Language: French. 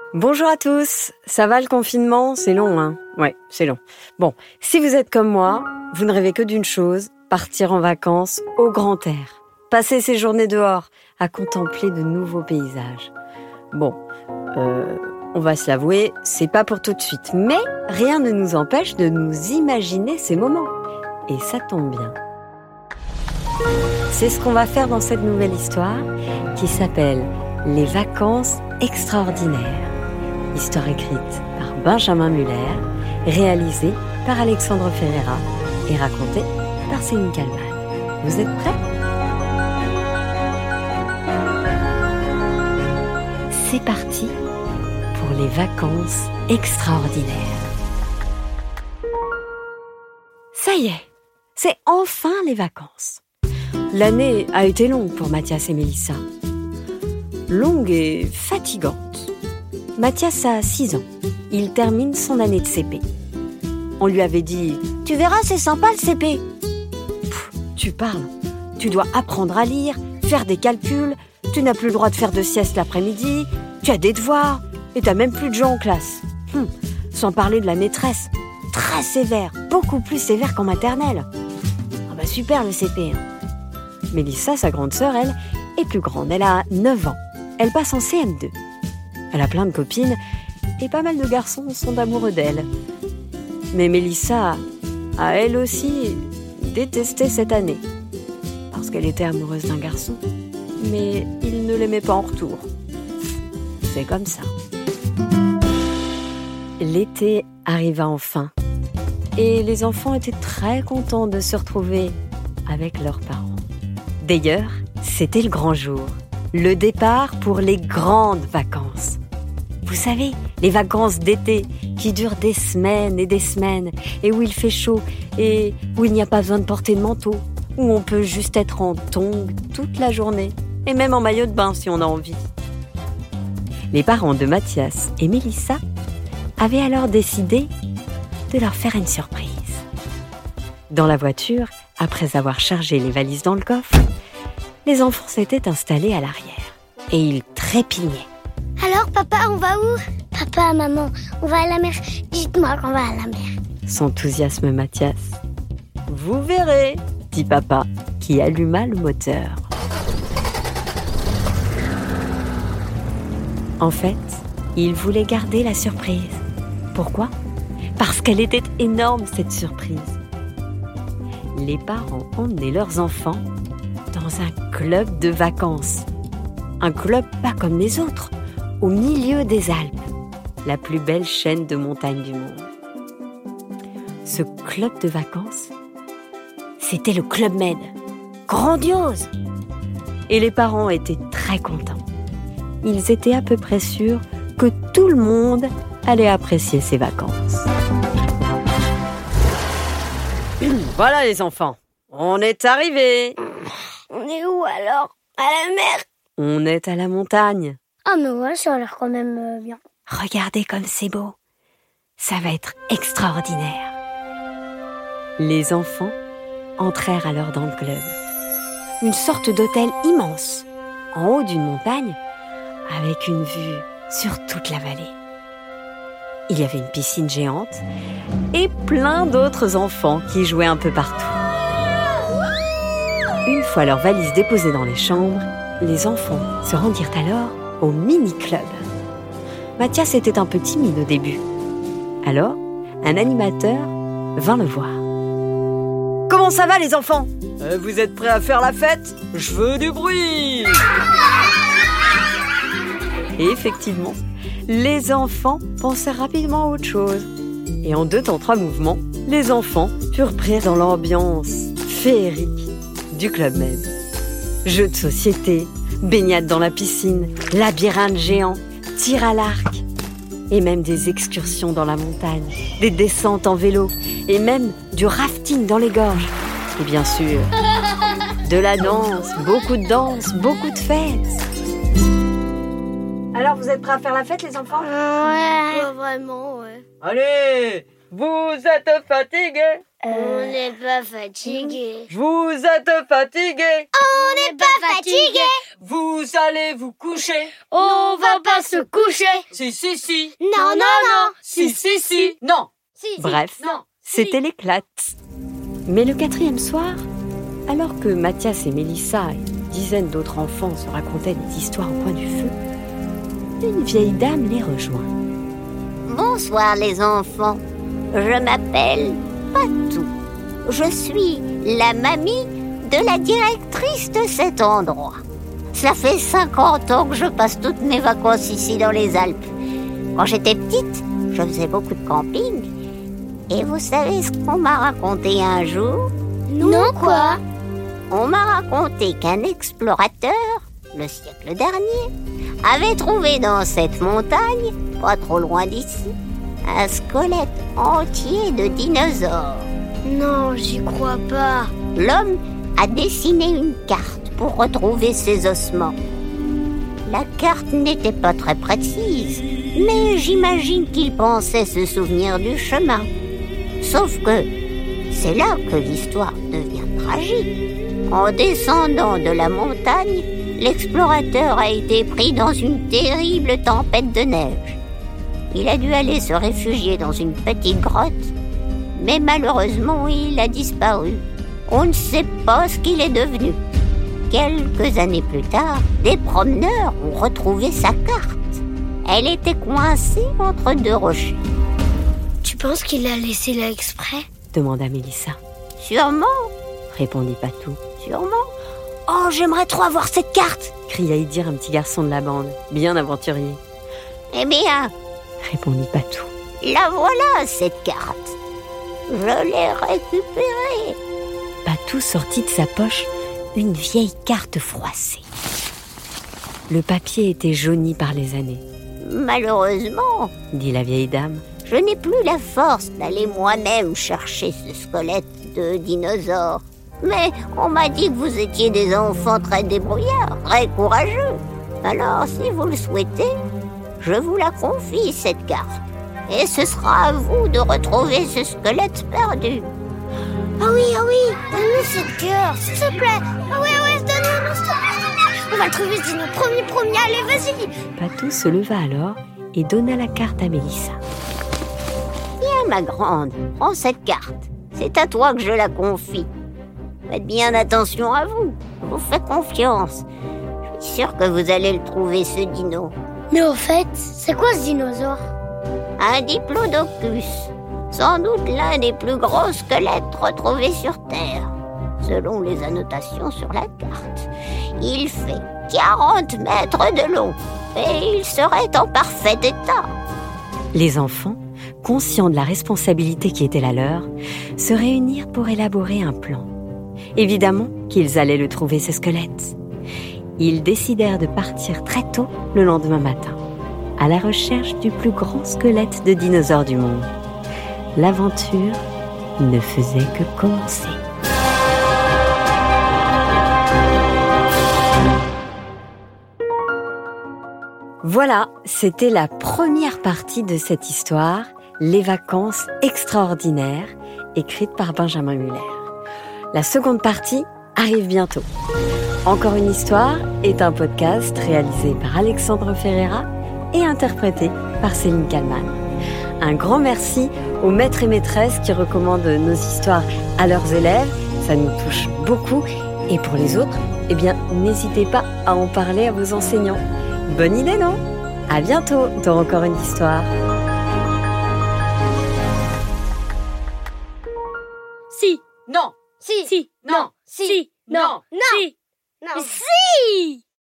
Bonjour à tous, ça va le confinement? C'est long, hein? Ouais, c'est long. Bon, si vous êtes comme moi, vous ne rêvez que d'une chose, partir en vacances au grand air. Passer ses journées dehors, à contempler de nouveaux paysages. Bon, on va se l'avouer, c'est pas pour tout de suite, mais rien ne nous empêche de nous imaginer ces moments. Et ça tombe bien. C'est ce qu'on va faire dans cette nouvelle histoire qui s'appelle « Les vacances extraordinaires ». Histoire écrite par Benjamin Muller, réalisée par Alexandre Ferreira et racontée par Céline Kallmann. Vous êtes prêts? C'est parti pour les vacances extraordinaires. Ça y est, c'est enfin les vacances. L'année a été longue pour Mathias et Mélissa. Longue et fatigante. Mathias a 6 ans. Il termine son année de CP. On lui avait dit « Tu verras, c'est sympa le CP !» Tu parles. Tu dois apprendre à lire, faire des calculs, tu n'as plus le droit de faire de sieste l'après-midi, tu as des devoirs et tu n'as même plus de gens en classe. Sans parler de la maîtresse. Très sévère, beaucoup plus sévère qu'en maternelle. Ah bah super le CP. Mélissa, sa grande sœur, elle, est plus grande. Elle a 9 ans. Elle passe en CM2. Elle a plein de copines et pas mal de garçons sont amoureux d'elle. Mais Mélissa a elle aussi détesté cette année. Parce qu'elle était amoureuse d'un garçon. Mais il ne l'aimait pas en retour. C'est comme ça. L'été arriva enfin. Et les enfants étaient très contents de se retrouver avec leurs parents. D'ailleurs, c'était le grand jour. Le départ pour les grandes vacances. Vous savez, les vacances d'été qui durent des semaines et des semaines et où il fait chaud et où il n'y a pas besoin de porter de manteau, où on peut juste être en tongs toute la journée et même en maillot de bain si on a envie. Les parents de Mathias et Mélissa avaient alors décidé de leur faire une surprise. Dans la voiture, après avoir chargé les valises dans le coffre, les enfants s'étaient installés à l'arrière et ils trépignaient. Alors papa, on va où? Papa, maman, on va à la mer. Dites-moi qu'on va à la mer. S'enthousiasme Mathias. Vous verrez, dit papa, qui alluma le moteur. En fait, il voulait garder la surprise. Pourquoi? Parce qu'elle était énorme, cette surprise. Les parents emmenaient leurs enfants dans un club de vacances. Un club pas comme les autres, au milieu des Alpes, la plus belle chaîne de montagnes du monde. Ce club de vacances, c'était le Club Med. Grandiose! Et les parents étaient très contents. Ils étaient à peu près sûrs que tout le monde allait apprécier ces vacances. Voilà les enfants, on est arrivés. On est où alors? À la mer? On est à la montagne. Ah mais ouais, ça a l'air quand même bien. Regardez comme c'est beau. Ça va être extraordinaire. Les enfants entrèrent alors dans le club. Une sorte d'hôtel immense, en haut d'une montagne, avec une vue sur toute la vallée. Il y avait une piscine géante et plein d'autres enfants qui jouaient un peu partout. Une fois leurs valises déposées dans les chambres, les enfants se rendirent alors au mini-club. Mathias était un peu timide au début. Alors, un animateur vint le voir. « Comment ça va les enfants ? Vous êtes prêts à faire la fête ? Je veux du bruit !» Et effectivement, les enfants pensaient rapidement à autre chose. Et en 2 temps 3 mouvements, les enfants furent pris dans l'ambiance féerique du Club Med. Jeux de société, baignade dans la piscine, labyrinthe géant, tir à l'arc, et même des excursions dans la montagne, des descentes en vélo, et même du rafting dans les gorges. Et bien sûr, de la danse, beaucoup de fêtes. Alors, vous êtes prêts à faire la fête, les enfants ? Ouais. Pas vraiment, ouais. Allez, vous êtes fatigués ? On n'est pas fatigué. Vous êtes fatigué. On n'est pas fatigué. Vous allez vous coucher. On va pas se coucher. Si. Non, non, non. Si. Non. Bref, Non. c'était l'éclate. Mais le 4e soir, alors que Mathias et Mélissa et une dizaine d'autres enfants se racontaient des histoires au coin du feu, une vieille dame les rejoint. Bonsoir les enfants, je m'appelle Patou. Je suis la mamie de la directrice de cet endroit. Ça fait 50 ans que je passe toutes mes vacances ici dans les Alpes. Quand j'étais petite, je faisais beaucoup de camping. Et vous savez ce qu'on m'a raconté un jour ? Non, quoi? On m'a raconté qu'un explorateur, le siècle dernier, avait trouvé dans cette montagne, pas trop loin d'ici, un squelette entier de dinosaures. Non, j'y crois pas. L'homme a dessiné une carte pour retrouver ces ossements. La carte n'était pas très précise, mais j'imagine qu'il pensait se souvenir du chemin. Sauf que c'est là que l'histoire devient tragique. En descendant de la montagne, l'explorateur a été pris dans une terrible tempête de neige. Il a dû aller se réfugier dans une petite grotte, mais malheureusement, il a disparu. On ne sait pas ce qu'il est devenu. Quelques années plus tard, des promeneurs ont retrouvé sa carte. Elle était coincée entre deux rochers. Tu penses qu'il l'a laissé là exprès? Demanda Mélissa. Sûrement, Répondit Patou. sûrement. Oh, j'aimerais trop avoir cette carte. Cria Idir, un petit garçon de la bande, bien aventurier. Eh bien, Répondit Patou. la voilà cette carte. Je l'ai récupérée. Patou sortit de sa poche une vieille carte froissée. Le papier était jauni par les années, Malheureusement, dit la vieille dame. je n'ai plus la force d'aller moi-même chercher ce squelette de dinosaure. Mais on m'a dit que vous étiez des enfants très débrouillards, très courageux. Alors, si vous le souhaitez, je vous la confie, cette carte. Et ce sera à vous de retrouver ce squelette perdu. Ah oui, donne-nous cette cœur, s'il te plaît. Ah oui, donne-nous, s'il te plaît. On va le trouver, c'est notre premier, allez, vas-y. Patou se leva alors et donna la carte à Mélissa. Tiens, ma grande, prends cette carte. C'est à toi que je la confie. Faites bien attention à vous. Je vous fais confiance. Je suis sûre que vous allez le trouver, ce dino. Mais au fait, c'est quoi ce dinosaure? Un diplodocus. Sans doute l'un des plus gros squelettes retrouvés sur Terre. Selon les annotations sur la carte, il fait 40 mètres de long et il serait en parfait état. Les enfants, conscients de la responsabilité qui était la leur, se réunirent pour élaborer un plan. Évidemment qu'ils allaient le trouver, ce squelette. Ils décidèrent de partir très tôt le lendemain matin, à la recherche du plus grand squelette de dinosaure du monde. L'aventure ne faisait que commencer. Voilà, c'était la première partie de cette histoire, Les vacances extraordinaires, écrite par Benjamin Muller. La seconde partie arrive bientôt. Encore une histoire est un podcast réalisé par Alexandre Ferreira et interprété par Céline Kallmann. Un grand merci aux maîtres et maîtresses qui recommandent nos histoires à leurs élèves. Ça nous touche beaucoup. Et pour les autres, n'hésitez pas à en parler à vos enseignants. Bonne idée, non ? À bientôt dans Encore une histoire. Non. Si, Non. si, Non. non, Si. non. Si.